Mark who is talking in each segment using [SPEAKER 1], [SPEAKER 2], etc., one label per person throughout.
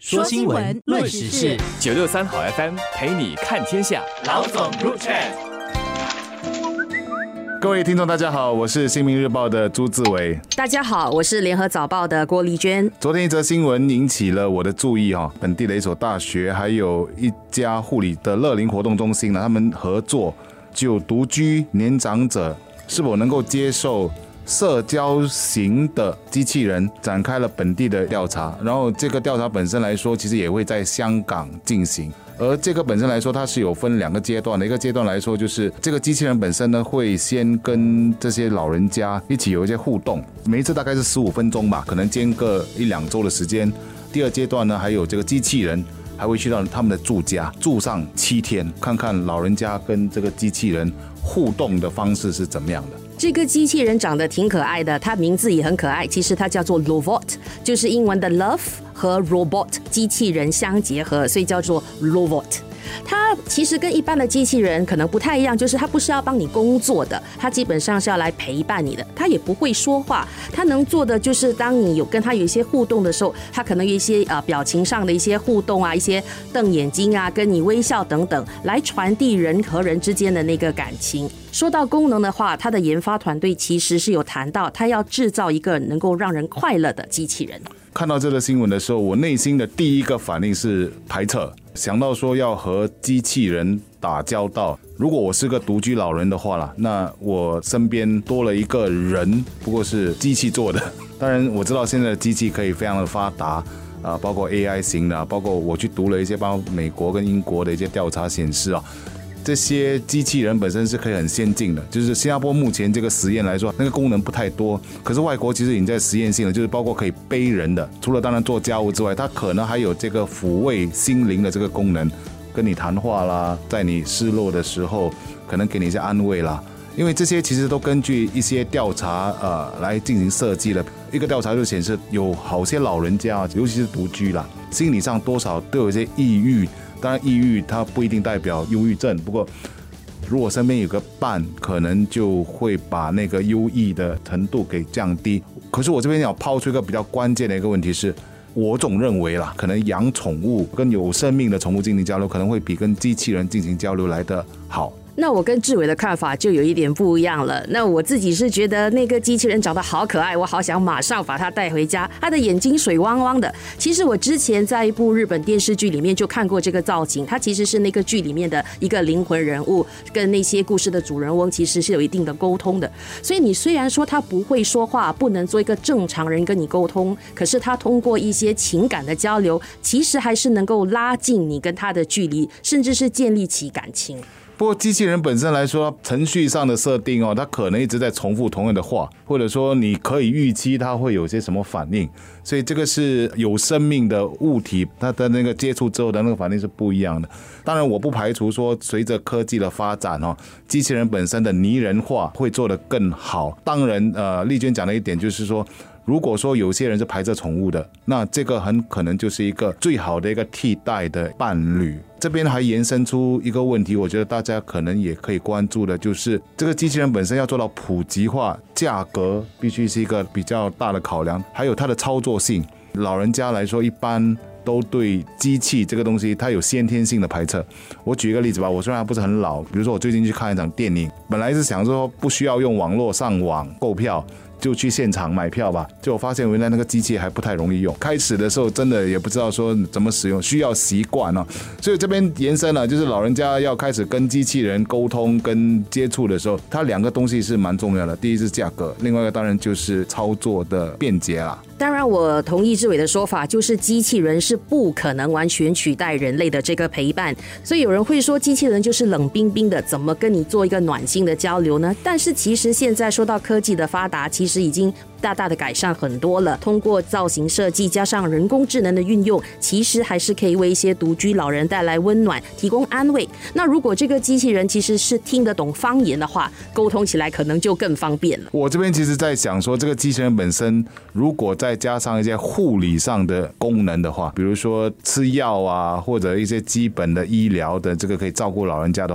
[SPEAKER 1] 说新闻，论时事
[SPEAKER 2] ，963好 FM 陪你看天下。
[SPEAKER 1] 老总入场。
[SPEAKER 3] 各位听众大家好，我是新民日报的朱自伟。
[SPEAKER 4] 大家好，我是联合早报的郭丽娟。
[SPEAKER 3] 昨天一则新闻引起了我的注意，本地的一所大学还有一家护理的乐龄活动中心呢，他们合作就独居年长者是否能够接受社交型的机器人展开了本地的调查，然后这个调查本身来说其实也会在香港进行，而这个本身来说它是有分2个阶段的。一个阶段来说就是这个机器人本身呢会先跟这些老人家一起有一些互动，每一次大概是15分钟吧，可能间隔1-2周的时间。第二阶段呢还有这个机器人还会去到他们的住家住上7天，看看老人家跟这个机器人互动的方式是怎么样的。
[SPEAKER 4] 这个机器人长得挺可爱的，它名字也很可爱，其实它叫做 Lovot， 就是英文的 Love 和 Robot 机器人相结合，所以叫做 Lovot。它其实跟一般的机器人可能不太一样，就是它不是要帮你工作的，它基本上是要来陪伴你的。它也不会说话，它能做的就是当你有跟它有一些互动的时候，它可能有一些表情上的一些互动啊，一些瞪眼睛啊，跟你微笑等等，来传递人和人之间的那个感情。说到功能的话，它的研发团队其实是有谈到，它要制造一个能够让人快乐的机器人。
[SPEAKER 3] 看到这个新闻的时候，我内心的第一个反应是排斥，想到说要和机器人打交道。如果我是个独居老人的话啦，那我身边多了一个人，不过是机器做的。当然我知道现在的机器可以非常的发达，包括 AI 型的，包括我去读了一些包括美国跟英国的一些调查显示这些机器人本身是可以很先进的，就是新加坡目前这个实验来说，那个功能不太多。可是外国其实已经在实验性的，就是包括可以背人的，除了当然做家务之外，它可能还有这个抚慰心灵的这个功能，跟你谈话啦，在你失落的时候，可能给你一些安慰啦。因为这些其实都根据一些调查来进行设计的。一个调查就显示，有好些老人家，尤其是独居啦，心理上多少都有一些抑郁。当然抑郁它不一定代表忧郁症，不过如果身边有个伴，可能就会把那个忧郁的程度给降低。可是我这边要抛出一个比较关键的一个问题是，我总认为啦，可能养宠物跟有生命的宠物进行交流，可能会比跟机器人进行交流来得好。
[SPEAKER 4] 那我跟志伟的看法就有一点不一样了。那我自己是觉得那个机器人长得好可爱，我好想马上把它带回家。它的眼睛水汪汪的。其实我之前在一部日本电视剧里面就看过这个造型，它其实是那个剧里面的一个灵魂人物，跟那些故事的主人翁其实是有一定的沟通的。所以你虽然说它不会说话，不能做一个正常人跟你沟通，可是它通过一些情感的交流，其实还是能够拉近你跟它的距离，甚至是建立起感情。
[SPEAKER 3] 不过机器人本身来说，程序上的设定它可能一直在重复同样的话，或者说你可以预期它会有些什么反应，所以这个是有生命的物体，它的那个接触之后的那个反应是不一样的。当然我不排除说随着科技的发展机器人本身的拟人化会做得更好。当然丽娟讲的一点就是说，如果说有些人是排斥宠物的，那这个很可能就是一个最好的一个替代的伴侣。这边还延伸出一个问题，我觉得大家可能也可以关注的，就是这个机器人本身要做到普及化，价格必须是一个比较大的考量，还有它的操作性。老人家来说一般都对机器这个东西它有先天性的排斥。我举一个例子吧，我虽然还不是很老，比如说我最近去看一场电影，本来是想说不需要用网络上网购票，就去现场买票吧，结果发现原来那个机器还不太容易用。开始的时候真的也不知道说怎么使用，需要习惯所以这边延伸了，就是老人家要开始跟机器人沟通跟接触的时候，它2个东西是蛮重要的。第一是价格，另外一个当然就是操作的便捷啦。
[SPEAKER 4] 当然我同意志伟的说法，就是机器人是不可能完全取代人类的这个陪伴。所以有人会说机器人就是冷冰冰的，怎么跟你做一个暖心的交流呢？但是其实现在说到科技的发达，其实已经大大的改善很多了。通过造型设计加上人工智能的运用，其实还是可以为一些独居老人带来温暖，提供安慰。那如果这个机器人其实是听得懂方言的话，沟通起来可能就更方便了。
[SPEAKER 3] 我这边其实在想说，这个机器人本身如果再加上一些护理上的功能的话，比如说吃药啊，或者一些基本的医疗的这个可以照顾老人家的话，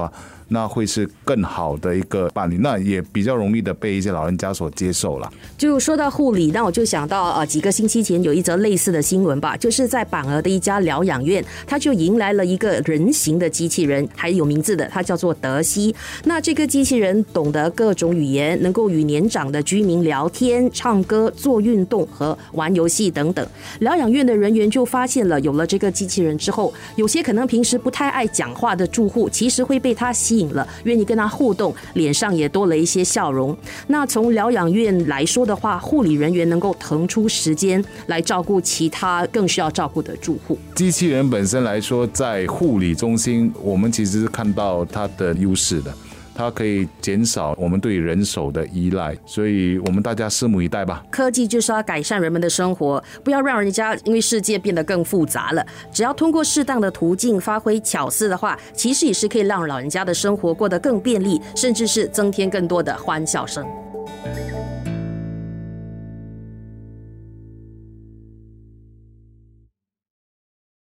[SPEAKER 3] 那会是更好的一个伴侣，那也比较容易的被一些老人家所接受了。
[SPEAKER 4] 就说到护理，那我就想到几个星期前有一则类似的新闻吧，就是在板儿的一家疗养院，他就迎来了一个人形的机器人，还有名字的，它叫做德西。那这个机器人懂得各种语言，能够与年长的居民聊天、唱歌、做运动和玩游戏等等。疗养院的人员就发现了，有了这个机器人之后，有些可能平时不太爱讲话的住户，其实会被它吸引了，愿意跟它互动，脸上也多了一些笑容。那从疗养院来说的话，护理人员能够腾出时间来照顾其他更需要照顾的住户。
[SPEAKER 3] 机器人本身来说，在护理中心，我们其实是看到它的优势的。它可以减少我们对人手的依赖，所以我们大家拭目以待吧。
[SPEAKER 4] 科技就是要改善人们的生活，不要让人家因为世界变得更复杂了。只要通过适当的途径发挥巧思的话，其实也是可以让老人家的生活过得更便利，甚至是增添更多的欢笑声。